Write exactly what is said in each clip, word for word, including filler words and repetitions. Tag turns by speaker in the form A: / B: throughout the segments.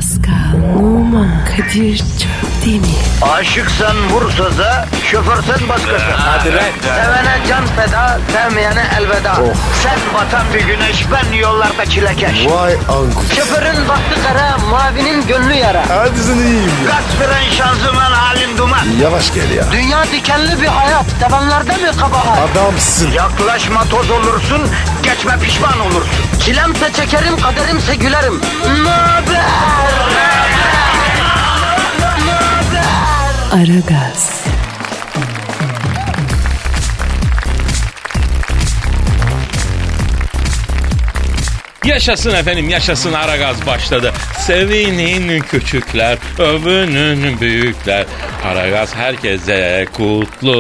A: Pascal, Oman, Kadir çok değil mi?
B: Aşıksan vursa da, şoförsen başkasın.
C: Hadi lan.
B: Sevene can feda, sevmeyene elveda.
C: Oh.
B: Sen batan bir güneş, ben yollarda çilekeş.
C: Vay anku.
B: Şoförün baktı kara, mavinin gönlü yara.
C: Hadi sen iyiyim ya.
B: Kasperen şanzıman halin duman.
C: Yavaş gel ya.
B: Dünya dikenli bir hayat, sevenlerde mi kabahar?
C: Adamsın.
B: Yaklaşma toz olursun, geçme pişman olursun. Çilemse çekerim, kaderimse gülerim. Möber!
A: Aragaz.
D: Yaşasın efendim, yaşasın, Aragaz başladı. Sevinin küçükler, övünün büyükler. Aragaz herkese kutlu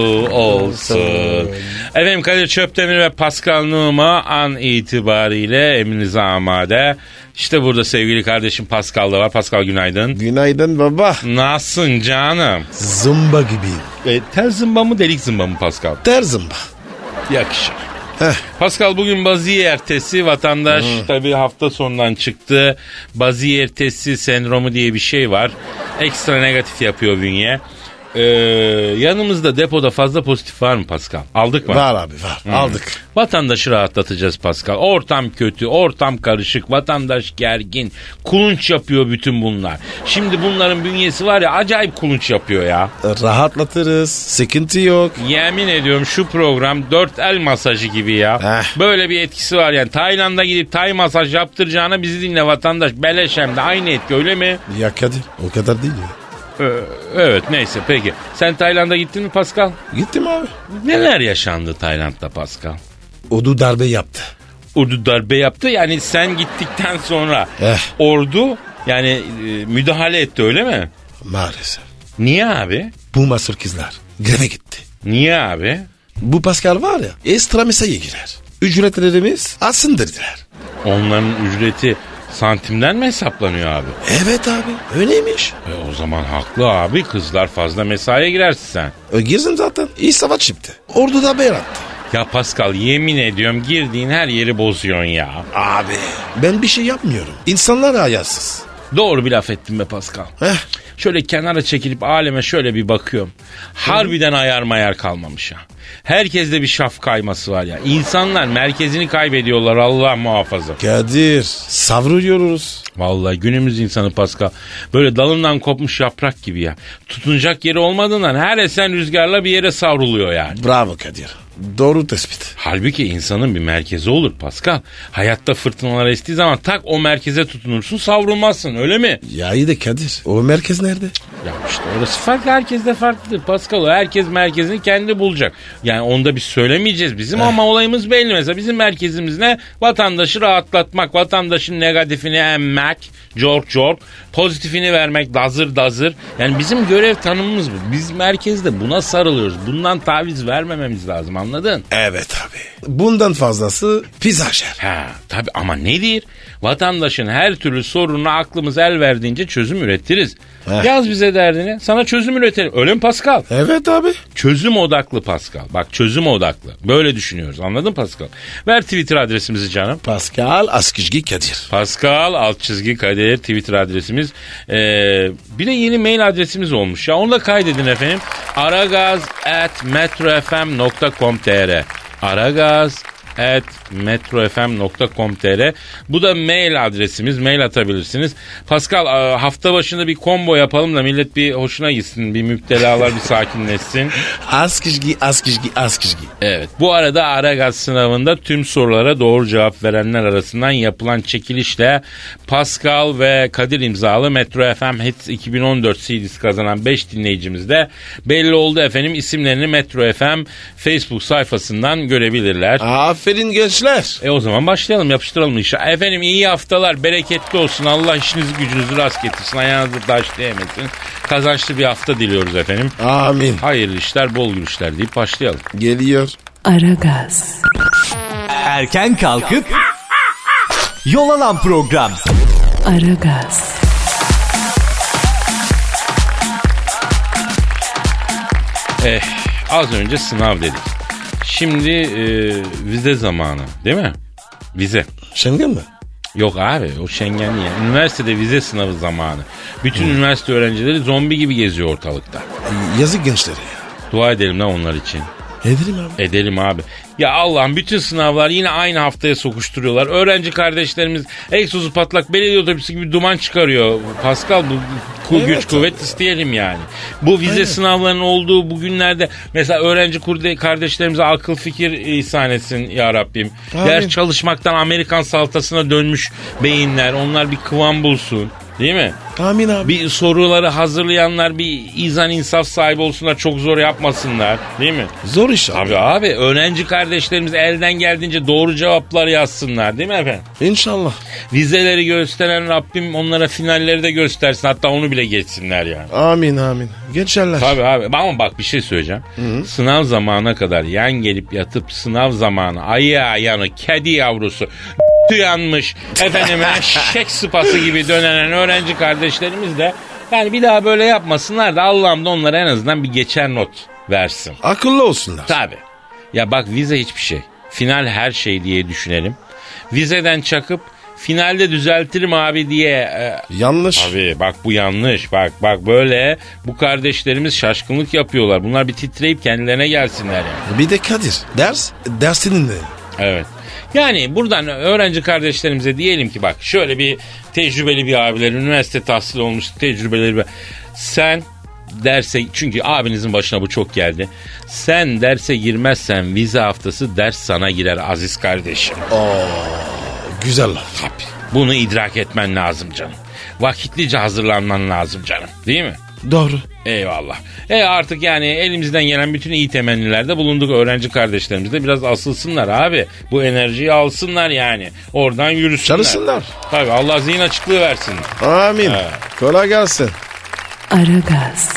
D: olsun. Efendim Kadir Çöptemir ve Pascal Numa an itibariyle emrinize amade. İşte burada sevgili kardeşim Pascal da var. Pascal günaydın.
C: Günaydın baba.
D: Nasılsın canım?
C: Zımba gibiyim.
D: E, ter zımba mı delik zımba mı Pascal?
C: Ter zımba.
D: Yakışır.
C: Heh.
D: Pascal bugün baziye ertesi vatandaş hmm. tabii hafta sonundan çıktı. Baziye ertesi sendromu diye bir şey var. Ekstra negatif yapıyor bünye. Ee, yanımızda depoda fazla pozitif var mı Pascal? Aldık mı?
C: Var abi var. Hmm. Aldık.
D: Vatandaşı rahatlatacağız Pascal. Ortam kötü, ortam karışık, vatandaş gergin. Kulunç yapıyor bütün bunlar. Şimdi bunların bünyesi var ya, acayip kulunç yapıyor ya.
C: Rahatlatırız. Sıkıntı yok.
D: Yemin ediyorum şu program dört el masajı gibi ya.
C: Eh.
D: Böyle bir etkisi var yani. Tayland'a gidip Tay masaj yaptıracağına bizi dinle vatandaş. Beleş hem de aynı etki, öyle mi?
C: Ya Kadir o kadar değil ya.
D: Ee, evet neyse peki. Sen Tayland'a gittin mi Pascal?
C: Gittim abi.
D: Neler yaşandı Tayland'da Pascal?
C: Ordu darbe yaptı.
D: Ordu darbe yaptı, yani sen gittikten sonra
C: Eh.
D: ordu yani e, müdahale etti, öyle mi?
C: Maalesef.
D: Niye abi?
C: Bu masur kızlar greve gitti.
D: Niye abi?
C: Bu Pascal var ya ekstra mesaiye girer. Ücretlerimiz atsın dediler.
D: Onların ücreti santimden mi hesaplanıyor abi?
C: Evet abi öyleymiş.
D: E o zaman haklı abi, kızlar fazla mesaiye girersin sen.
C: E, girdim zaten. İyi savaş çıktı. Ordu da beyrattı.
D: Ya Pascal yemin ediyorum girdiğin her yeri bozuyorsun ya.
C: Abi ben bir şey yapmıyorum. İnsanlar ayarsız.
D: Doğru bir laf ettin be Pascal.
C: Heh.
D: Şöyle kenara çekilip aleme şöyle bir bakıyorum. Harbiden ayar mayar kalmamış ha. Herkeste bir şaf kayması var ya. İnsanlar merkezini kaybediyorlar, Allah muhafaza.
C: Kadir savruyoruz.
D: Vallahi günümüz insanı Pascal böyle dalından kopmuş yaprak gibi ya. Tutunacak yeri olmadığından her esen rüzgarla bir yere savruluyor yani.
C: Bravo Kadir. Doğru tespit.
D: Halbuki insanın bir merkezi olur Pascal. Hayatta fırtınalar estiği zaman tak o merkeze tutunursun, savrulmazsın, öyle mi?
C: Ya iyi de Kadir o merkez nerede?
D: Ya işte orası farklı, herkes de farklıdır Pascal. Herkes merkezini kendi bulacak. Yani onda biz söylemeyeceğiz bizim eh. ama olayımız belli. Mesela bizim merkezimiz ne? Vatandaşı rahatlatmak, vatandaşın negatifini emmek, cork cork, pozitifini vermek, dazır dazır. Yani bizim görev tanımımız bu. Biz merkezde buna sarılıyoruz. Bundan taviz vermememiz lazım, anladın?
C: Evet abi. Bundan fazlası pizajer.
D: Ha tabii ama nedir? Vatandaşın her türlü sorununa aklımız el verdiğince çözüm üretiriz. Heh. Yaz bize derdini, sana çözüm üretelim. Öyle mi Pascal?
C: Evet abi.
D: Çözüm odaklı Pascal. Bak çözüm odaklı. Böyle düşünüyoruz, anladın Pascal? Ver Twitter adresimizi canım.
C: Pascal Askizgi Kadir.
D: Pascal alt çizgi Kadir Twitter adresimiz. Ee, bir de yeni mail adresimiz olmuş ya. Onu da kaydedin efendim. aragaz at metrofm nokta com nokta tr aragaz at metrofm nokta com nokta tr. Bu da mail adresimiz. Mail atabilirsiniz. Pascal hafta başında bir combo yapalım da millet bir hoşuna gitsin. Bir müptelalar bir sakinleşsin.
C: Askizgi, Askizgi, Askizgi.
D: Evet. Bu arada Aragaz sınavında tüm sorulara doğru cevap verenler arasından yapılan çekilişle Pascal ve Kadir imzalı Metro F M Hits iki bin on dört C D'si kazanan beş dinleyicimiz de belli oldu efendim. İsimlerini Metro F M Facebook sayfasından görebilirler.
C: Aferin gençler.
D: E o zaman başlayalım, yapıştıralım inşallah. Efendim iyi haftalar, bereketli olsun. Allah işinizi gücünüzü rast getirsin. Ayağınızı taş değmesin. Kazançlı bir hafta diliyoruz efendim.
C: Amin.
D: Hayırlı işler, bol gülüşler deyip başlayalım.
C: Geliyor.
A: Aragaz.
E: Erken kalkıp yol alan program.
A: Aragaz.
D: Eh, az önce sınav dedik. Şimdi e, vize zamanı değil mi? Vize.
C: Schengen mi?
D: Yok abi o Schengen değil. Yani. Üniversitede vize sınavı zamanı. Bütün hmm. üniversite öğrencileri zombi gibi geziyor ortalıkta.
C: Yazık gençlere ya.
D: Dua edelim lan onlar için.
C: Edelim abi.
D: Edelim abi. Ya Allah'ım bütün sınavlar yine aynı haftaya sokuşturuyorlar. Öğrenci kardeşlerimiz egzozu patlak belediye otobüsü gibi duman çıkarıyor. Pascal bu ku- evet, güç kuvvet abi. İsteyelim yani. Bu vize Aynen. sınavlarının olduğu bugünlerde mesela öğrenci kardeşlerimize akıl fikir ihsan etsin ya Rabbim. Abi. Ders çalışmaktan Amerikan salatasına dönmüş beyinler onlar bir kıvam bulsun. Değil mi?
C: Amin abi.
D: Bir soruları hazırlayanlar bir izan insaf sahibi olsunlar. Çok zor yapmasınlar. Değil mi?
C: Zor iş abi.
D: Abi abi öğrenci kardeşlerimiz elden geldiğince doğru cevaplar yazsınlar. Değil mi efendim?
C: İnşallah.
D: Vizeleri gösteren Rabbim onlara finalleri de göstersin. Hatta onu bile geçsinler yani.
C: Amin amin. Geçerler.
D: Tabii abi. Ama bak bir şey söyleyeceğim. Hı-hı. Sınav zamanına kadar yan gelip yatıp sınav zamanı ayağı yanı kedi yavrusu yanmış efendime eşek sıpası gibi dönen öğrenci kardeşlerimiz de yani bir daha böyle yapmasınlar da Allah'ım da onlara en azından bir geçer not versin.
C: Akıllı olsunlar.
D: Tabii. Ya bak vize hiçbir şey. Final her şey diye düşünelim. Vizeden çakıp finalde düzeltirim abi diye. E,
C: yanlış.
D: Abi bak bu yanlış. Bak bak böyle bu kardeşlerimiz şaşkınlık yapıyorlar. Bunlar bir titreyip kendilerine gelsinler yani.
C: Bir de Kadir ders dersinin de.
D: Evet. Yani buradan öğrenci kardeşlerimize diyelim ki bak şöyle bir tecrübeli bir abiler, üniversite tahsil olmuş tecrübeleri bir... Sen derse çünkü abinizin başına bu çok geldi. Sen derse girmezsen vize haftası ders sana girer aziz kardeşim.
C: Oo, güzel laf.
D: Tabii. Bunu idrak etmen lazım canım. Vakitlice hazırlanman lazım canım. Değil mi?
C: Doğru.
D: Eyvallah. E artık yani elimizden gelen bütün iyi temennilerde bulunduk. Öğrenci kardeşlerimiz de biraz asılsınlar abi. Bu enerjiyi alsınlar yani. Oradan yürüsünler.
C: Çalışsınlar.
D: Tabii Allah zihin açıklığı versin.
C: Amin. Evet. Kolay gelsin.
A: Aragaz.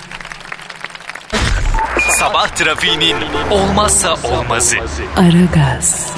E: Sabah trafiğinin olmazsa olmazı.
A: Aragaz.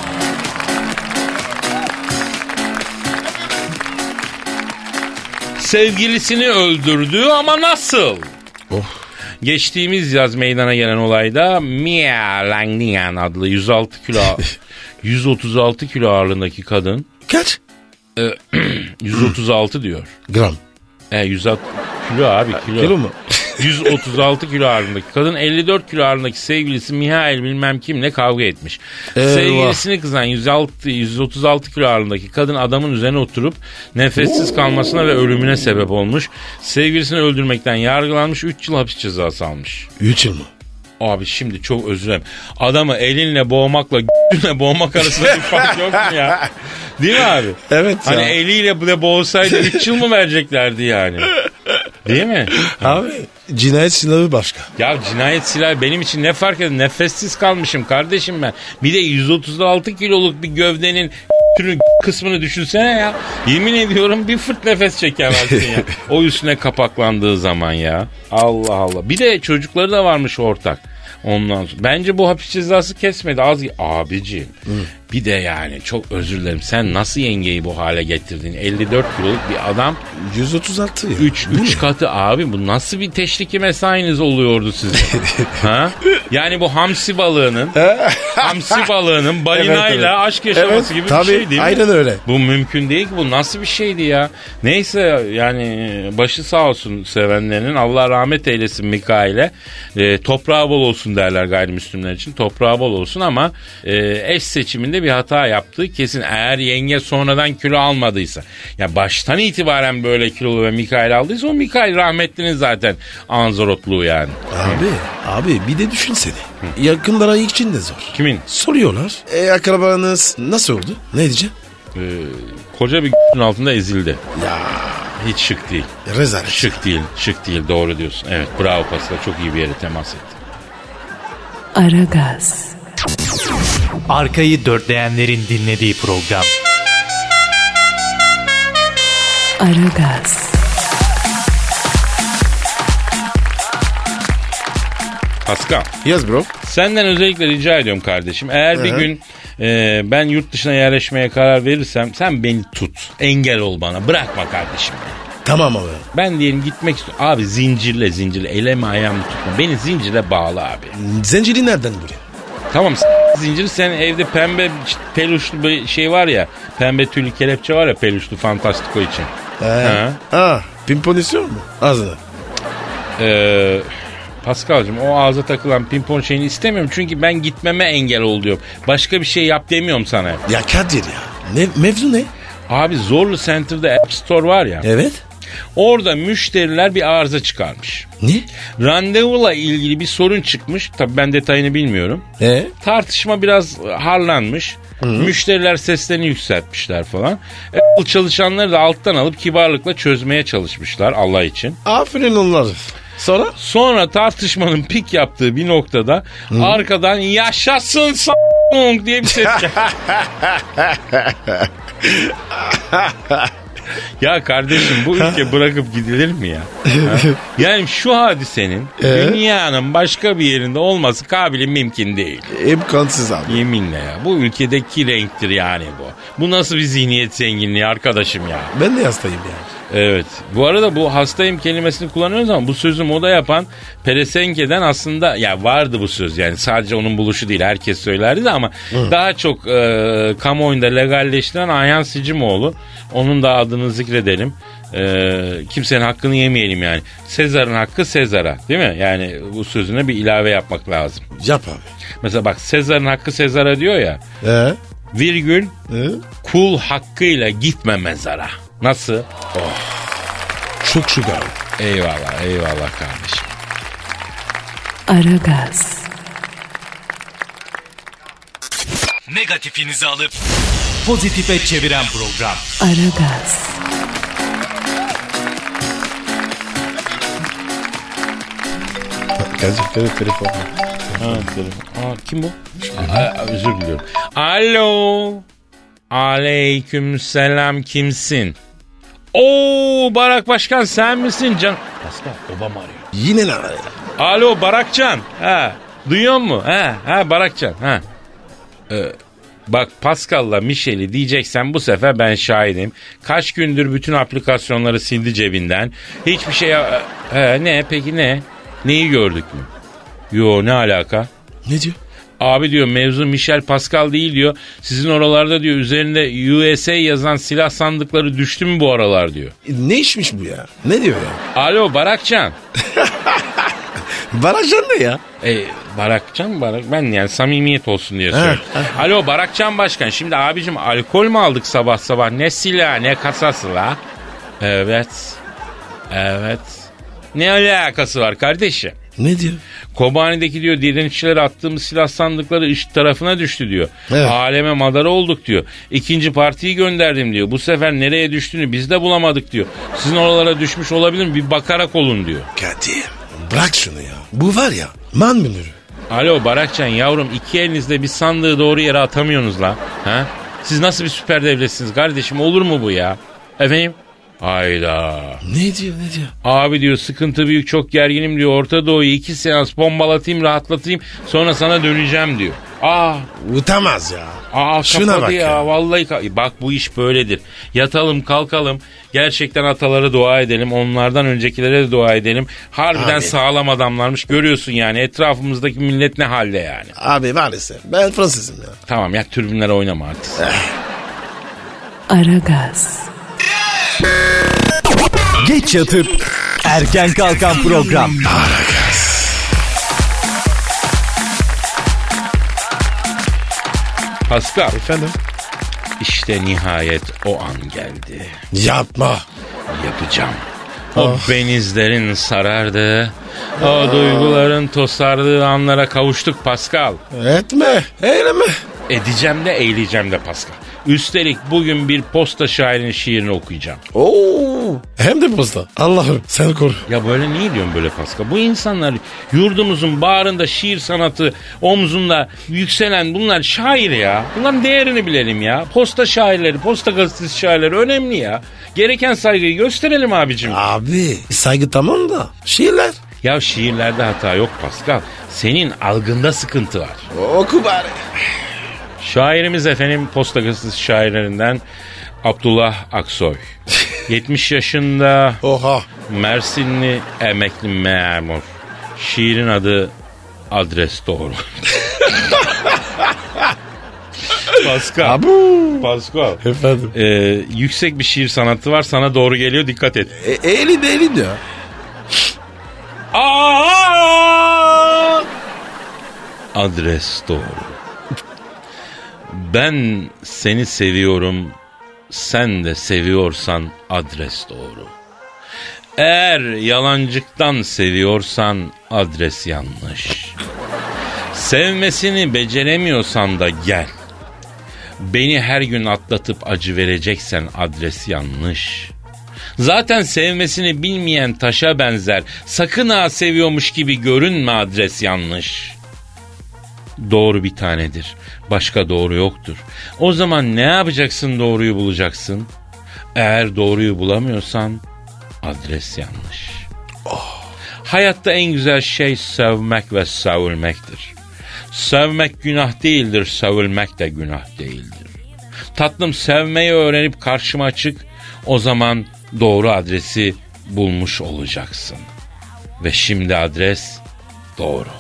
D: Sevgilisini öldürdü ama nasıl?
C: Oh.
D: Geçtiğimiz yaz meydana gelen olayda Mia Langnian adlı yüz altı kilo yüz otuz altı kilo ağırlığındaki kadın
C: kaç?
D: E, yüz otuz altı diyor.
C: Gram.
D: E yüz altı kilo abi kilo.
C: Kilo mu?
D: yüz otuz altı kilo ağırlığındaki kadın elli dört kilo ağırlığındaki sevgilisi Mihail bilmem kimle kavga etmiş. Eyvah. Sevgilisini kızan yüz altı, yüz otuz altı kilo ağırlığındaki kadın adamın üzerine oturup nefessiz kalmasına ve ölümüne sebep olmuş. Sevgilisini öldürmekten yargılanmış, üç yıl hapis cezası almış.
C: üç yıl mı?
D: Abi şimdi çok özür dilerim. Adamı elinle boğmakla g***le boğmak arasında bir fark yok mu ya? Değil mi abi?
C: Evet
D: hani
C: ya.
D: Hani eliyle bile boğsaydı üç yıl mı vereceklerdi yani? Değil mi?
C: Abi cinayet silahı başka.
D: Ya cinayet silahı benim için ne fark eder? Nefessiz kalmışım kardeşim ben. Bir de yüz otuz altı kiloluk bir gövdenin kısmını düşünsene ya. Yemin ediyorum bir fırt nefes çekemezsin ya. O üstüne kapaklandığı zaman ya. Allah Allah. Bir de çocukları da varmış ortak. Ondan sonra. Bence bu hapis cezası kesmedi. Az abici. Hı. Bir de yani çok özür dilerim. Sen nasıl yengeyi bu hale getirdin? elli dört kiloluk bir adam.
C: yüz otuz altı ya.
D: üç katı abi. Bu nasıl bir teşriki mesainiz oluyordu sizin? Ha? Yani bu hamsi balığının hamsi balığının balinayla evet, evet. aşk yaşaması evet, gibi tabii, bir şey değil mi?
C: Aynen öyle.
D: Bu mümkün değil ki. Bu nasıl bir şeydi ya? Neyse yani başı sağ olsun sevenlerinin. Allah rahmet eylesin Mikail'e. E, toprağı bol olsun derler gayrimüslimler için. Toprağı bol olsun ama e, eş seçiminde bir hata yaptı. Kesin eğer yenge sonradan kilo almadıysa. Ya baştan itibaren böyle kilolu ve Mikail aldıysa o Mikail rahmetlinin zaten anzorotluğu yani.
C: Abi, abi bir de düşünsene. Hı. Yakınlara için de zor.
D: Kimin?
C: Soruyorlar. E akrabanız nasıl oldu? Ne diyeceğim?
D: Ee, koca bir g***ün altında ezildi.
C: Ya.
D: Hiç şık değil.
C: Rezalet.
D: Şık değil, şık değil. Doğru diyorsun. Evet, bravo Pascal. Çok iyi bir yere temas etti.
A: Aragaz.
E: Arkayı dörtleyenlerin dinlediği program.
A: Aragaz.
D: Pascal.
C: Yes bro.
D: Senden özellikle rica ediyorum kardeşim. Eğer Hı-hı. bir gün e, ben yurt dışına yerleşmeye karar verirsem sen beni tut. Engel ol bana. Bırakma kardeşim beni.
C: Tamam abi.
D: Ben diyelim gitmek istiyorum. Abi zincirle zincirle. Elimi ayağımı tutma. Beni zincirle bağla abi.
C: Zinciri nereden buraya?
D: Tamam s- zinciri, sen evde pembe peluşlu bir şey var ya. Pembe tüylü kelepçe var ya, peluşlu Fantastiko için.
C: He.
D: Ha.
C: Ha. Pimpon istiyor mu? Ağzına.
D: Eee... Pascal'cığım, o ağza takılan pimpon şeyini istemiyorum. Çünkü ben gitmeme engel ol diyorum. Başka bir şey yap demiyorum sana.
C: Ya Kadir ya. Ne, mevzu ne?
D: Abi Zorlu Center'da App Store var ya.
C: Evet.
D: Orada müşteriler bir arıza çıkarmış.
C: Ne?
D: Randevuyla ilgili bir sorun çıkmış. Tabii ben detayını bilmiyorum.
C: E?
D: Tartışma biraz harlanmış. Hı-hı. Müşteriler seslerini yükseltmişler falan. Apple çalışanları da alttan alıp kibarlıkla çözmeye çalışmışlar Allah için.
C: Aferin onlar. Sonra?
D: Sonra tartışmanın pik yaptığı bir noktada Hı-hı. arkadan yaşasın s*** diye bir ses geldi. Ya kardeşim, bu ülke bırakıp gidilir mi ya? Ha? Yani şu hadisenin ee? dünyanın başka bir yerinde olması kabili mümkün değil.
C: İmkansız abi.
D: Yeminle ya. Bu ülkedeki renktir yani bu. Bu nasıl bir zihniyet zenginliği arkadaşım ya?
C: Ben de hastayım ya.
D: Evet. Bu arada bu hastayım kelimesini kullanıyoruz ama bu sözü moda yapan Peresenke'den aslında ya vardı bu söz, yani sadece onun buluşu değil, herkes söylerdi de ama Hı. daha çok e, kamuoyunda legalleştiren Ayhan Sicimoğlu, onun da adını zikredelim. E, kimsenin hakkını yemeyelim yani. Sezar'ın hakkı Sezar'a, değil mi? Yani bu sözüne bir ilave yapmak lazım.
C: Yap abi.
D: Mesela bak, Sezar'ın hakkı Sezar'a diyor ya.
C: Ee?
D: Virgül
C: Ee?
D: kul hakkıyla gitme mezara. Nasıl? Oh.
C: Çok şükür.
D: Eyvallah, eyvallah kardeşim.
A: Aragaz.
E: Negatifinizi alıp pozitife çeviren program.
A: Aragaz.
C: Gerçekten telefon.
D: Ha, telefon. Aa, kim bu? Aa, özür diliyorum. Alo. Aleyküm selam, kimsin? Oo, Barak Başkan, sen misin can? Pascal, Obama arıyor.
C: Yine ne var ya?
D: Alo Barakcan. Ha, duyuyor musun? Ha, ha Barakcan. Ha. Ee, bak Pascal'la Michel'i diyeceksen bu sefer ben şahidim. Kaç gündür bütün aplikasyonları sildi cebinden. Hiçbir şey... He, ne peki ne? Neyi gördük mü? Yo, ne alaka?
C: Ne diyor?
D: Abi diyor, mevzu Michel Pascal değil diyor. Sizin oralarda diyor üzerinde U S A yazan silah sandıkları düştü mü bu aralar diyor.
C: E, ne işmiş bu ya? Ne diyor ya?
D: Alo Barakcan.
C: Barakcan ne ya?
D: E, Barakcan Barak ben yani samimiyet olsun diye söylüyorum. Alo Barakcan Başkan, şimdi abicim alkol mü aldık sabah sabah? Ne silah ne kasası la? Evet. Evet. Ne alakası var kardeşim?
C: Ne diyor?
D: Kobani'deki diyor direnişçilere attığımız silah sandıkları IŞİD tarafına düştü diyor. Evet. Aleme madara olduk diyor. İkinci partiyi gönderdim diyor. Bu sefer nereye düştüğünü biz de bulamadık diyor. Sizin oralara düşmüş olabilir mi? Bir bakarak olun diyor.
C: Kadir bırak şunu ya. Bu var ya man münürü.
D: Alo Barakcan yavrum, iki elinizle bir sandığı doğru yere atamıyorsunuz la. Ha? Siz nasıl bir süper devletsiniz kardeşim, olur mu bu ya? Efendim? Hayda.
C: Ne diyor ne diyor?
D: Abi diyor, sıkıntı büyük, çok gerginim diyor. Orta Doğu'yu iki seans bombalatayım, rahatlatayım, sonra sana döneceğim diyor. Aa.
C: Utamaz ya.
D: Aa,
C: şuna bak
D: ya. ya. Vallahi ka- bak bu iş böyledir. Yatalım kalkalım. Gerçekten atalara dua edelim. Onlardan öncekilere de dua edelim. Harbiden abi sağlam adamlarmış. Görüyorsun yani etrafımızdaki millet ne halde yani.
C: Abi maalesef ben Fransızım ya.
D: Tamam ya, türbünlere oynama artık.
A: Aragaz.
E: Geç yatıp erken kalkan program.
C: Aragaz.
D: Pascal.
C: Efendim?
D: İşte nihayet o an geldi.
C: Yapma.
D: Yapacağım. O oh. benizlerin sarardığı, o duyguların tosardığı anlara kavuştuk Pascal.
C: Etme, eyleme.
D: Edeceğim de eğleyeceğim de Pascal. Üstelik bugün bir posta şairinin şiirini okuyacağım.
C: Oo, hem de posta. Allah'ım sen koru.
D: Ya böyle niye diyorsun böyle Pascal? Bu insanlar yurdumuzun bağrında şiir sanatı omzunda yükselen bunlar şair ya. Bunların değerini bilelim ya. Posta şairleri, posta gazetesi şairleri önemli ya. Gereken saygıyı gösterelim abicim.
C: Abi saygı tamam da şiirler.
D: Ya şiirlerde hata yok Pascal. Senin algında sıkıntı var.
C: Oku bari.
D: Şairimiz efendim posta gazetesi şairlerinden Abdullah Aksoy. yetmiş yaşında.
C: Oha.
D: Mersinli emekli memur. Şiirin adı Adres Doğru. Pascal.
C: Abu.
D: Pascal.
C: Efendim.
D: Ee, yüksek bir şiir sanatı var, sana doğru geliyor, dikkat et.
C: E, elinde elinde ya.
D: Aa! Adres doğru. Ben seni seviyorum, sen de seviyorsan adres doğru. Eğer yalancıktan seviyorsan adres yanlış. Sevmesini beceremiyorsan da gel. Beni her gün atlatıp acı vereceksen adres yanlış. Zaten sevmesini bilmeyen taşa benzer. Sakın ha seviyormuş gibi görünme, adres yanlış. Doğru bir tanedir. Başka doğru yoktur. O zaman ne yapacaksın, doğruyu bulacaksın. Eğer doğruyu bulamıyorsan adres yanlış. Oh. Hayatta en güzel şey sevmek ve sevilmektir. Sevmek günah değildir, sevilmek de günah değildir. Tatlım, sevmeyi öğrenip karşıma çık. O zaman doğru adresi bulmuş olacaksın. Ve şimdi adres doğru.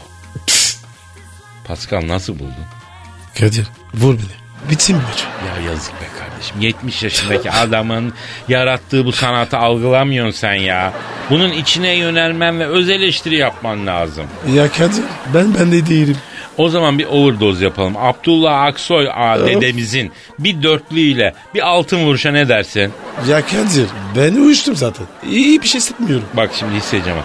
D: Pascal, nasıl buldun?
C: Kadir vur beni. Bitsin mi maç?
D: Ya yazık be kardeşim. yetmiş yaşındaki adamın yarattığı bu sanatı algılamıyorsun sen ya. Bunun içine yönelmen ve öz eleştiri yapman lazım.
C: Ya Kadir ben ben de değilim.
D: O zaman bir overdose yapalım. Abdullah Aksoy a, dedemizin bir dörtlüyle bir altın vuruşa ne dersin?
C: Ya Kadir ben uyuştum zaten. İyi bir şey hissetmiyorum.
D: Bak şimdi hissedeceğim.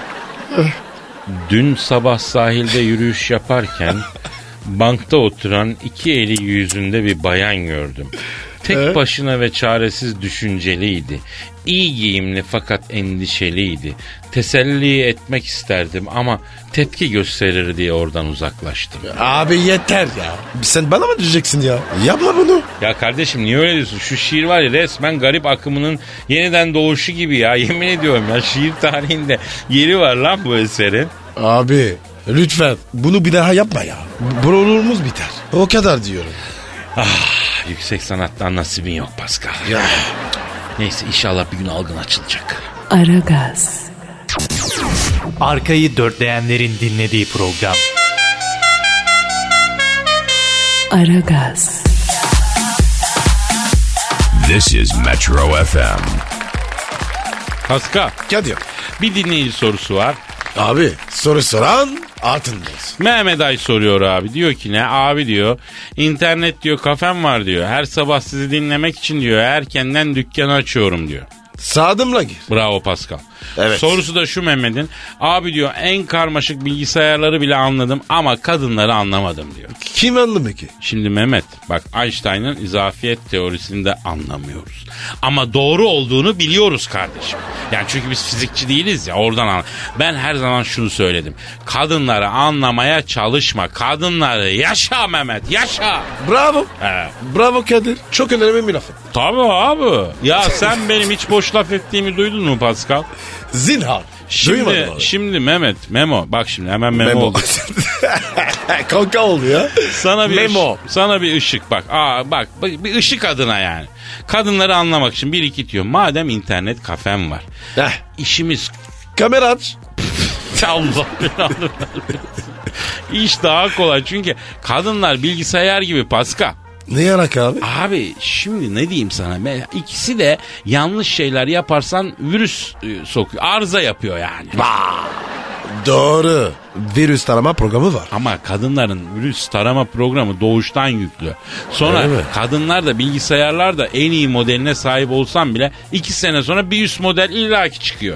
D: Dün sabah sahilde yürüyüş yaparken bankta oturan iki eli yüzünde bir bayan gördüm. Tek evet. başına ve çaresiz düşünceliydi. İyi giyimli fakat endişeliydi. Teselli etmek isterdim ama tepki gösterir diye oradan uzaklaştım.
C: Abi yeter ya. Sen bana mı diyeceksin ya? Yapma bunu.
D: Ya kardeşim niye öyle diyorsun? Şu şiir var ya, resmen garip akımının yeniden doğuşu gibi ya. Yemin ediyorum ya, şiir tarihinde yeri var lan bu eserin.
C: Abi lütfen bunu bir daha yapma ya. Brolurumuz biter. O kadar diyorum.
D: Ah, yüksek sanattan nasibin yok Pascal.
C: Ya.
D: Neyse, inşallah bir gün algın açılacak.
A: Aragaz.
E: Arkayı dörtleyenlerin dinlediği program.
A: Aragaz.
F: This is Metro F M.
D: Pascal,
C: Kadir.
D: bir dinleyici sorusu var.
C: Abi soru soran altındır.
D: Mehmet Ay soruyor abi. Diyor ki ne? Abi diyor, internet diyor kafem var diyor. Her sabah sizi dinlemek için diyor erkenden dükkanı açıyorum diyor.
C: Sadımla gir.
D: Bravo Pascal.
C: Evet.
D: Sorusu da şu Mehmet'in. Abi diyor, en karmaşık bilgisayarları bile anladım ama kadınları anlamadım diyor.
C: Kim anlamıyor ki?
D: Şimdi Mehmet bak, Einstein'ın izafiyet teorisini de anlamıyoruz. Ama doğru olduğunu biliyoruz kardeşim. Yani çünkü biz fizikçi değiliz ya, oradan an. Ben her zaman şunu söyledim. Kadınları anlamaya çalışma. Kadınları yaşa Mehmet, yaşa.
C: Bravo.
D: He.
C: Bravo Kadir. Çok önemli bir laf.
D: Tabii abi. Ya sen benim hiç boş laf ettiğimi duydun mu Pascal?
C: Zinhar.
D: Şimdi, şimdi Mehmet, Memo. Bak şimdi hemen Memo,
C: Memo.
D: oldu.
C: Kanka oldu ya.
D: Sana bir
C: Memo.
D: Iş, sana bir ışık bak. Aa bak, bir ışık adına yani. Kadınları anlamak için bir iki diyor. Madem internet kafem var.
C: Heh.
D: İşimiz
C: Kamera aç.
D: Allah belanı vermesin. İş daha kolay çünkü kadınlar bilgisayar gibi Pascal.
C: Ne yarak abi?
D: Abi şimdi ne diyeyim sana, ikisi de yanlış şeyler yaparsan virüs e, sokuyor, arıza yapıyor yani.
C: Bah. Doğru. Virüs tarama programı var.
D: Ama kadınların virüs tarama programı doğuştan yüklü. Sonra kadınlar da bilgisayarlar da en iyi modeline sahip olsam bile iki sene sonra bir üst model illaki çıkıyor.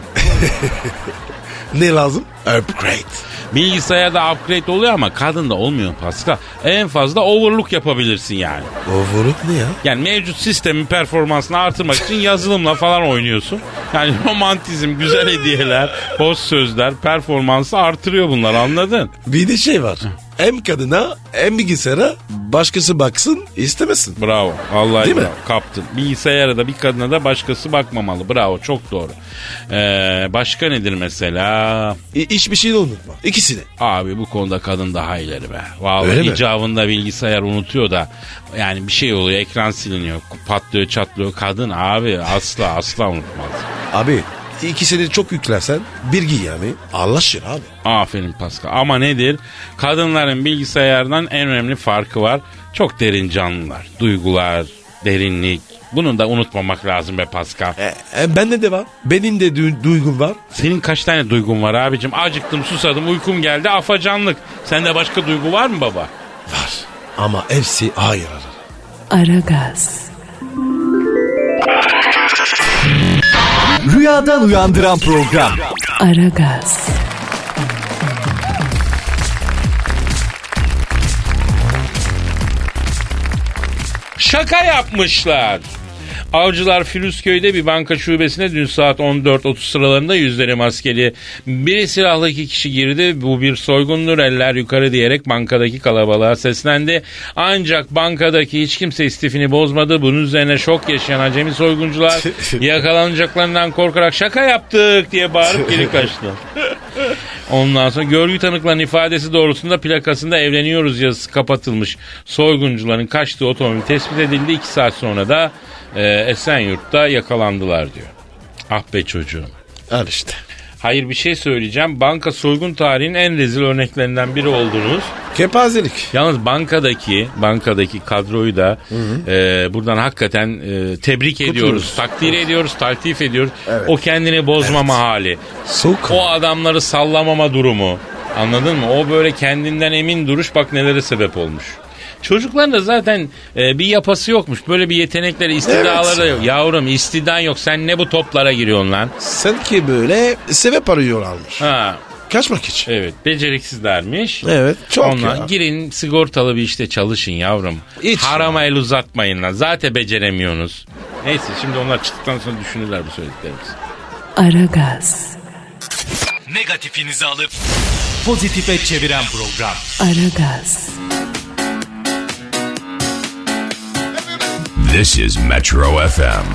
C: Ne lazım? Upgrade.
D: Bilgisayarda upgrade oluyor ama kadında olmuyor Pascal. En fazla overlook yapabilirsin yani.
C: Overlook ne ya?
D: Yani mevcut sistemin performansını artırmak için yazılımla falan oynuyorsun. Yani romantizm, güzel hediyeler, hoş sözler performansı artırıyor bunlar, anladın?
C: Bir de şey var. Hem kadına hem bilgisayara başkası baksın istemesin.
D: Bravo. Vallahi
C: değil
D: bravo.
C: mi?
D: Kaptın. Bilgisayara da bir kadına da başkası bakmamalı. Bravo. Çok doğru. Ee, başka nedir mesela?
C: İ- hiçbir şey de unutma. İkisi de.
D: Abi bu konuda kadın daha ileri be. Vallahi
C: Öyle mi?
D: icabında bilgisayar unutuyor da yani bir şey oluyor, ekran siliniyor, patlıyor çatlıyor. Kadın abi asla asla unutmaz.
C: Abi İkisini çok yüklersen bilgi yani anlaşır abi.
D: Aferin Pascal. Ama nedir? Kadınların bilgisayardan en önemli farkı var. Çok derin canlılar. Duygular, derinlik. Bunu da unutmamak lazım be Pascal.
C: E, e, bende de var. Benim de du- duygum var.
D: Senin kaç tane duygun var abicim? Acıktım, susadım, uykum geldi, afacanlık. Sende başka duygu var mı baba?
C: Var. Ama hepsi hayır arar.
A: Aragaz,
E: Rüyadan uyandıran program.
A: Aragaz,
D: Şaka yapmışlar. Avcılar Firuzköy'de bir banka şubesine dün saat on dört otuz sıralarında yüzleri maskeli biri silahlı iki kişi girdi. Bu bir soygundur, eller yukarı diyerek bankadaki kalabalığa seslendi. Ancak bankadaki hiç kimse istifini bozmadı. Bunun üzerine şok yaşayan acemi soyguncular yakalanacaklarından korkarak şaka yaptık diye bağırıp geri kaçtılar. Ondan sonra görgü tanıklarının ifadesi doğrultusunda plakasında evleniyoruz yazısı kapatılmış soyguncuların kaçtığı otomobil tespit edildi. iki saat sonra da e, Esenyurt'ta yakalandılar diyor. Ah be çocuğum.
C: Al işte.
D: Hayır, bir şey söyleyeceğim. Banka soygun tarihinin en rezil örneklerinden biri oldunuz.
C: Kepazelik.
D: Yalnız bankadaki bankadaki kadroyu da e, buradan hakikaten e, tebrik ediyoruz. Takdir ediyoruz, taltif ediyoruz.
C: Evet.
D: O kendini bozmama
C: Evet.
D: hali.
C: Soğuk.
D: O adamları sallamama durumu. Anladın mı? O böyle kendinden emin duruş bak nelere sebep olmuş. Çocukların da zaten e, bir yapısı yokmuş. Böyle bir yetenekleri, istidaları
C: Evet.
D: da yok. Yavrum istidan yok. Sen ne bu toplara giriyorsun lan?
C: Sanki böyle sebep arıyorlarmış.
D: Ha,
C: Kaçmak için.
D: evet, beceriksizlermiş.
C: Evet, çok
D: Ondan
C: ya.
D: girin sigortalı bir işte çalışın yavrum.
C: Hiç
D: Harama el uzatmayın lan. Zaten beceremiyorsunuz. Neyse, şimdi onlar çıktıktan sonra düşünürler bu söylediklerimizi.
A: Aragaz,
E: Negatifinizi alıp pozitife çeviren program.
A: Aragaz,
F: This is Metro F M.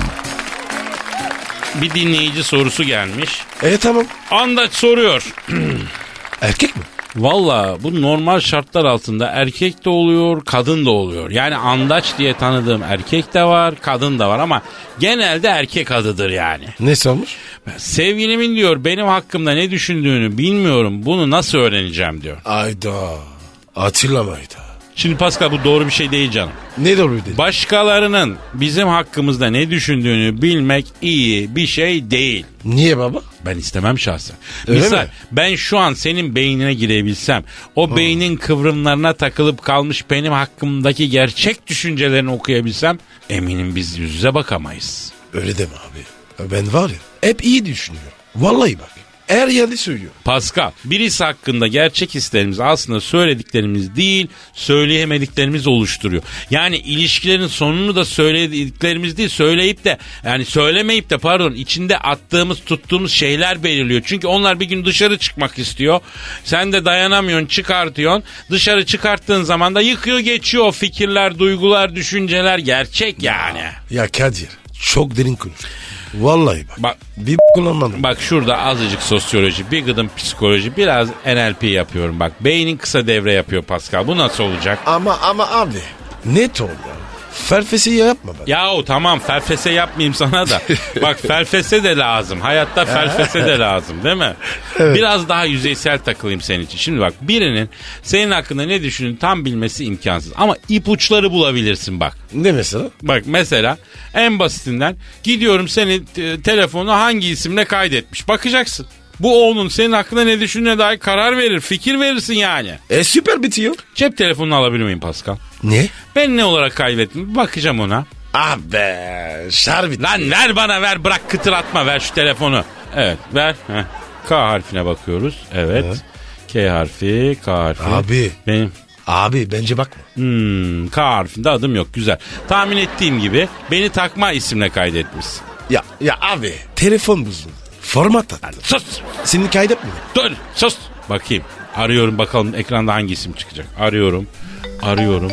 D: Bir dinleyici sorusu gelmiş.
C: E tamam.
D: Andaç soruyor.
C: Erkek mi?
D: Valla bu normal şartlar altında erkek de oluyor, kadın da oluyor. Yani andaç diye tanıdığım erkek de var, kadın da var ama genelde erkek adıdır yani.
C: Ne sormuş?
D: Sevgilimin diyor benim hakkımda ne düşündüğünü bilmiyorum, bunu nasıl öğreneceğim diyor.
C: Ayda. Hatırlamaydı.
D: Şimdi Pascal, bu doğru bir şey değil canım.
C: Ne doğru dedi?
D: Başkalarının bizim hakkımızda ne düşündüğünü bilmek iyi bir şey değil.
C: Niye baba?
D: Ben istemem şahsen.
C: Öyle
D: Misal
C: mi?
D: ben şu an senin beynine girebilsem, o ha. beynin kıvrımlarına takılıp kalmış benim hakkımdaki gerçek düşüncelerini okuyabilsem, eminim biz yüz yüze bakamayız.
C: Öyle deme abi. Ben var ya hep iyi düşünüyorum. Vallahi bak. Her yerde söylüyorum.
D: Pascal, birisi hakkında gerçek hislerimiz aslında söylediklerimiz değil, söyleyemediklerimiz oluşturuyor. Yani ilişkilerin sonunu da söylediklerimiz değil, söyleyip de yani söylemeyip de pardon içinde attığımız, tuttuğumuz şeyler belirliyor. Çünkü onlar bir gün dışarı çıkmak istiyor. Sen de dayanamıyorsun, çıkartıyorsun. Dışarı çıkarttığın zaman da yıkıyor geçiyor o fikirler, duygular, düşünceler, gerçek yani.
C: Ya Kadir çok derin konuş. Vallahi bak.
D: Bak,
C: bir kullanmadım.
D: Bak şurada azıcık sosyoloji, bir gıdım psikoloji, biraz N L P yapıyorum. Bak beynin kısa devre yapıyor Pascal. Bu nasıl olacak?
C: Ama ama abi net ol ya. Felfesi yapma bak.
D: Yahu tamam, felfese yapmayayım sana da. Bak felfese de lazım. Hayatta felfese de lazım değil mi? Evet. Biraz daha yüzeysel takılayım senin için. Şimdi bak, birinin senin hakkında ne düşündüğünü tam bilmesi imkansız. Ama ipuçları bulabilirsin bak.
C: Ne mesela?
D: Bak mesela en basitinden gidiyorum, senin t- telefonu hangi isimle kaydetmiş. Bakacaksın. Bu onun senin hakkında ne düşündüğüne dair karar verir, fikir verirsin yani.
C: E süper bitiyor.
D: Cep telefonunu alabilir miyim Pascal?
C: Ne?
D: Ben ne olarak kaybettim? Bakacağım ona.
C: Ah be şar bitti.
D: Lan ver bana, ver, bırak kıtır atma, ver şu telefonu. Evet ver. Heh. K harfine bakıyoruz. Evet. evet. K harfi, K harfi.
C: Abi.
D: Benim.
C: Abi bence bakma.
D: Hmm, K harfinde adım yok, güzel. Tahmin ettiğim gibi beni takma isimle kaydetmişsin.
C: Ya ya abi telefon bozuldu. Format at.
D: Sus.
C: Seni kaydetmiyor.
D: Dur sus. Bakayım. Arıyorum bakalım ekranda hangi isim çıkacak. Arıyorum. Arıyorum.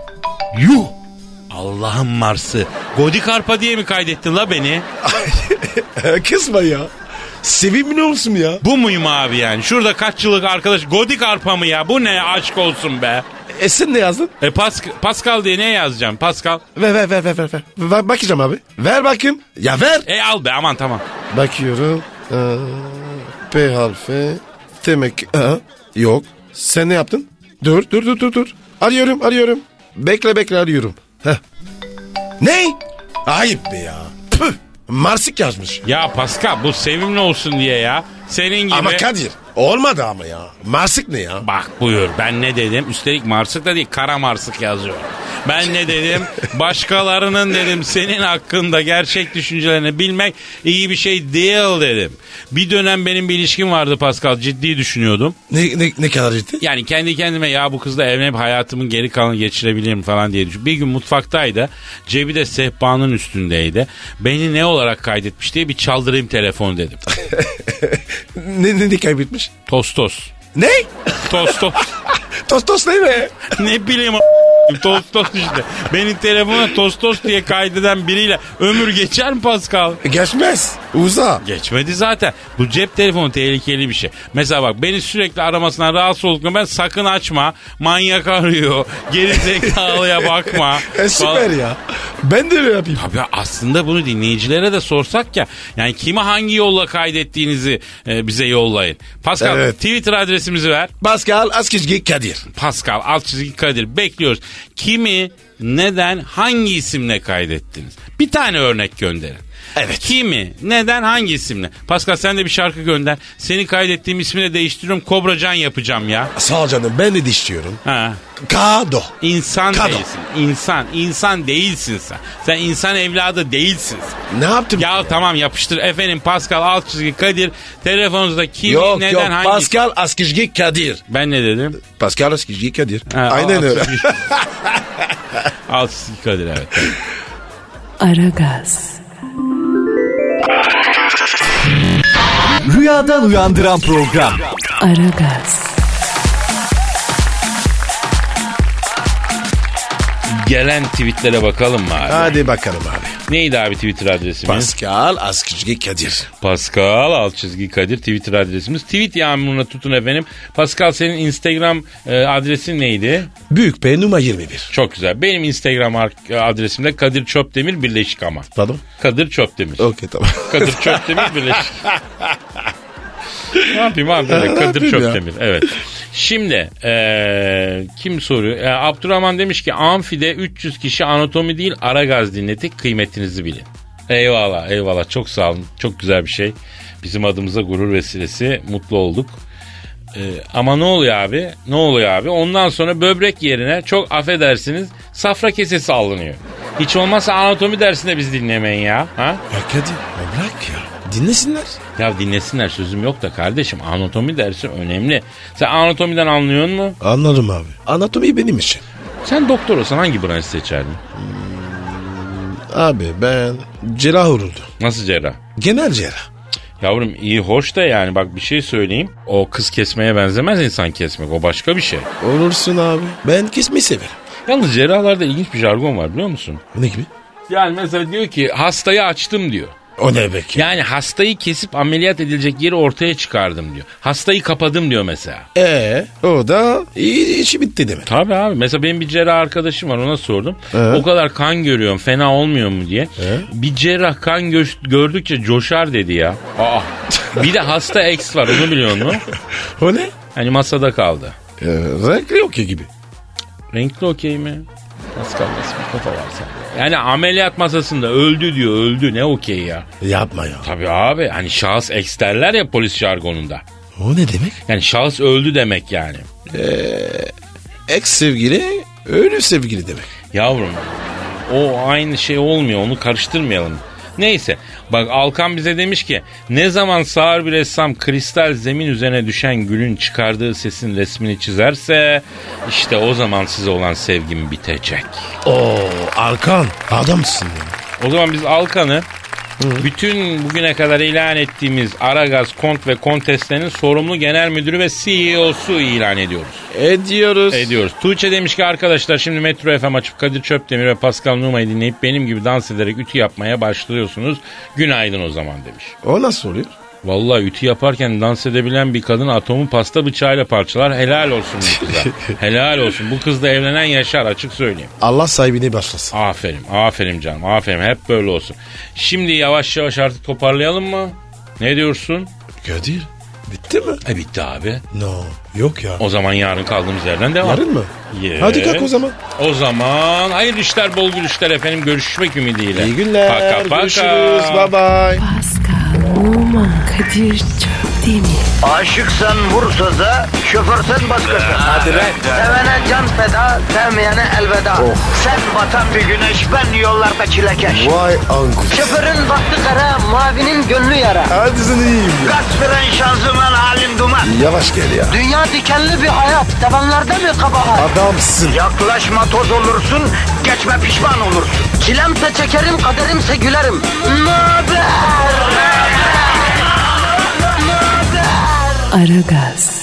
D: Yuh. Allah'ın Mars'ı. Godikarpa diye mi kaydettin la beni?
C: Kızma ya. Sevimli olsun ya.
D: Bu muyum abi yani? Şurada kaç yıllık arkadaş Godikarpa mı ya? Bu ne aşk olsun be.
C: E sen ne yazdın?
D: E Pascal, Pascal diye ne yazacağım Pascal?
C: Ver ver ver ver ver. ver. Bakacağım abi. Ver bakayım. Ya ver.
D: E al be, aman tamam.
C: Bakıyorum. Ee, P harfi. Demek ha, yok. Sen ne yaptın? Dur dur dur dur dur. Arıyorum arıyorum. Bekle bekle arıyorum. Heh. Ne? Ayıp be ya. Püh. Marsik yazmış.
D: Ya Pascal bu sevimli olsun diye ya. Senin gibi.
C: Ama Kadir olmadı ama ya. Marsik ne ya?
D: Bak buyur ben ne dedim? Üstelik Marsık da değil kara Marsık yazıyor. Ben ne dedim? Başkalarının dedim senin hakkında gerçek düşüncelerini bilmek iyi bir şey değil dedim. Bir dönem benim bir ilişkim vardı Pascal, ciddi düşünüyordum.
C: Ne, ne, ne kadar ciddi?
D: Yani kendi kendime ya bu kızla evlenip hayatımın geri kalanını geçirebilirim falan diye düşündüm. Bir gün mutfaktaydı, cebi de sehpanın üstündeydi. Beni ne olarak kaydetmiş diye bir çaldırayım telefonu dedim.
C: ne, ne, ne kaybetmiş?
D: Tostos.
C: Ne?
D: Tostos.
C: Tostos ne be?
D: Ne bileyim o Tostos işte. Benim telefona Tostos diye kaydeden biriyle ömür geçer mi Pascal?
C: Geçmez. Uza.
D: Geçmedi zaten. Bu cep telefonu tehlikeli bir şey. Mesela bak beni sürekli aramasından rahatsız olduklarında ben sakın açma. Manyak arıyor. Geri zekalıya bakma.
C: E, süper
D: falan.
C: ya. Ben de öyle yapayım.
D: Tabii aslında bunu dinleyicilere de sorsak ya. Yani kime hangi yolla kaydettiğinizi e, bize yollayın. Pascal
C: Evet.
D: Twitter adresimizi ver.
C: Pascal Askizgi Kadir.
D: Pascal alt çizgi Kadir bekliyoruz. Kimi, neden, hangi isimle kaydettiniz? Bir tane örnek gönderin.
C: Evet.
D: Kimi, neden, hangi isimle? Pascal sen de bir şarkı gönder. Seni kaydettiğim ismi de değiştiriyorum. Kobracan yapacağım ya.
C: Sağ ol canım, ben de dişliyorum.
D: Ha.
C: Kado.
D: İnsan
C: Kado.
D: değilsin. İnsan. İnsan değilsin sen. Sen insan evladı değilsin sen.
C: Ne yaptım?
D: Ya tamam yapıştır. Efendim Pascal alt çizgi Kadir. Telefonunuzda kimi,
C: Yok
D: neden,
C: yok
D: hangi...
C: Pascal Askizgi Kadir.
D: Ben ne dedim?
C: Pascal Askizgi Kadir.
D: Ha,
C: Aynen
D: alt
C: öyle.
D: çizgi- alt çizgi Kadir evet.
A: Aragaz,
E: Rüyadan uyandıran program.
A: Aragaz,
D: Gelen tweetlere bakalım mı abi?
C: Hadi bakalım abi.
D: Neydi abi Twitter adresimiz?
C: Pascal Askizgi Kadir.
D: Pascal alt çizgi Kadir Twitter adresimiz. Tweet yağmuruna tutun efendim. Pascal senin Instagram e, adresin neydi?
C: Büyük P numara yirmi bir.
D: Çok güzel. Benim Instagram adresim de Kadir Çöpdemir birleşik ama.
C: Pardon?
D: Kadir Çöpdemir.
C: Okey tamam.
D: Kadir Çöpdemir birleşik. Ne yapayım abi böyle
C: Ne
D: Kadir
C: yapayım ya?
D: Çöpdemir. Evet. Şimdi e, kim soruyor? E, Abdurrahman demiş ki Amfi'de üç yüz kişi anatomi değil Aragaz dinledik, kıymetinizi bilin. Eyvallah eyvallah çok sağ olun. Çok güzel bir şey. Bizim adımıza gurur vesilesi, mutlu olduk. Ee, ama ne oluyor abi? Ne oluyor abi? Ondan sonra böbrek yerine çok affedersiniz safra kesesi alınıyor. Hiç olmazsa anatomi dersinde biz dinlemeyin ya. Ha?
C: Ya Kadir ya bırak ya. Dinlesinler.
D: Ya dinlesinler sözüm yok da kardeşim anatomi dersi önemli. Sen anatomiden anlıyor musun?
C: Anladım abi. Anatomi benim için.
D: Sen doktor olsan hangi branşı seçerdin?
C: Abi ben cerrah olurdu.
D: Nasıl cerrah?
C: Genel cerrah.
D: Yavrum iyi hoş da yani bak bir şey söyleyeyim. O kız kesmeye benzemez insan kesmek. O başka bir şey.
C: Olursun abi. Ben kesmeyi severim.
D: Yalnız cerrahlarda ilginç bir jargon var biliyor musun?
C: Ne gibi?
D: Yani mesela diyor ki hastayı açtım diyor.
C: O ne be ki?
D: Yani hastayı kesip ameliyat edilecek yeri ortaya çıkardım diyor. Hastayı kapadım diyor mesela.
C: Ee, o da iyi, işi bitti demek.
D: Tabii abi. Mesela benim bir cerrah arkadaşım var, ona sordum.
C: Ee?
D: O kadar kan görüyorum fena olmuyor mu diye.
C: Ee?
D: Bir cerrah kan gö- gördükçe coşar dedi ya. Aa. Bir de hasta X var, onu biliyor musun?
C: O ne?
D: Hani masada kaldı.
C: Ee, renkli okey gibi.
D: Renkli okey mi? Pascal nasıl bir kafa var sende? Yani ameliyat masasında öldü diyor, öldü ne okey ya.
C: Yapma ya.
D: Tabii abi hani şahıs X derler ya polis jargonunda.
C: O ne demek?
D: Yani şahıs öldü demek yani.
C: Ex sevgili, ölü sevgili demek.
D: Yavrum o aynı şey olmuyor, onu karıştırmayalım. Neyse bak Alkan bize demiş ki ne zaman sağır bir ressam kristal zemin üzerine düşen gülün çıkardığı sesin resmini çizerse işte o zaman size olan sevgim bitecek.
C: Oo, Arkan adamsın ya.
D: O zaman biz Alkan'ı bütün bugüne kadar ilan ettiğimiz Aragaz Kont ve Konteslerinin sorumlu genel müdürü ve C E O'su ilan ediyoruz.
C: Ediyoruz.
D: Ediyoruz. Tuğçe demiş ki arkadaşlar şimdi Metro F M açıp Kadir Çöpdemir ve Pascal Numa'yı dinleyip benim gibi dans ederek ütü yapmaya başlıyorsunuz. Günaydın o zaman demiş.
C: O nasıl oluyor?
D: Vallahi ütü yaparken dans edebilen bir kadın atomu pasta bıçağıyla parçalar. Helal olsun bu kıza. Helal olsun. Bu kızla evlenen yaşar, açık söyleyeyim.
C: Allah sahibine başlasın.
D: Aferin. Aferin canım. Aferin. Hep böyle olsun. Şimdi yavaş yavaş artık toparlayalım mı? Ne diyorsun?
C: Kadir bitti mi?
D: E bitti abi.
C: No yok ya.
D: O zaman yarın kaldığımız yerden devam.
C: Yarın mı?
D: Yes.
C: Hadi kalk o zaman.
D: O zaman hayırlı işler, bol gülüşler efendim. Görüşmek ümidiyle.
C: İyi günler.
D: Paka paka.
C: Görüşürüz. Bye bye.
A: Pascal, Oman, Kadir çok değil mi?
B: Aşıksan vursa da, şoförsen başkasın.
C: Hadi lan.
B: Sevene can feda, sevmeyene elveda. Sen batan bir güneş, ben yollarda çilekeş.
C: Vay anku.
B: Şoförün baktı kara, mavinin gönlü yara.
C: Hadi sen iyiyim ya.
B: Kasperen şanzıman halin duman.
C: Yavaş gel ya.
B: Dünya dikenli bir hayat, sevenlerde mi kabahar?
C: Adamsın.
B: Yaklaşma toz olursun, geçme pişman olursun. Çilemse çekerim, kaderimse gülerim. Möber!
A: Aragaz.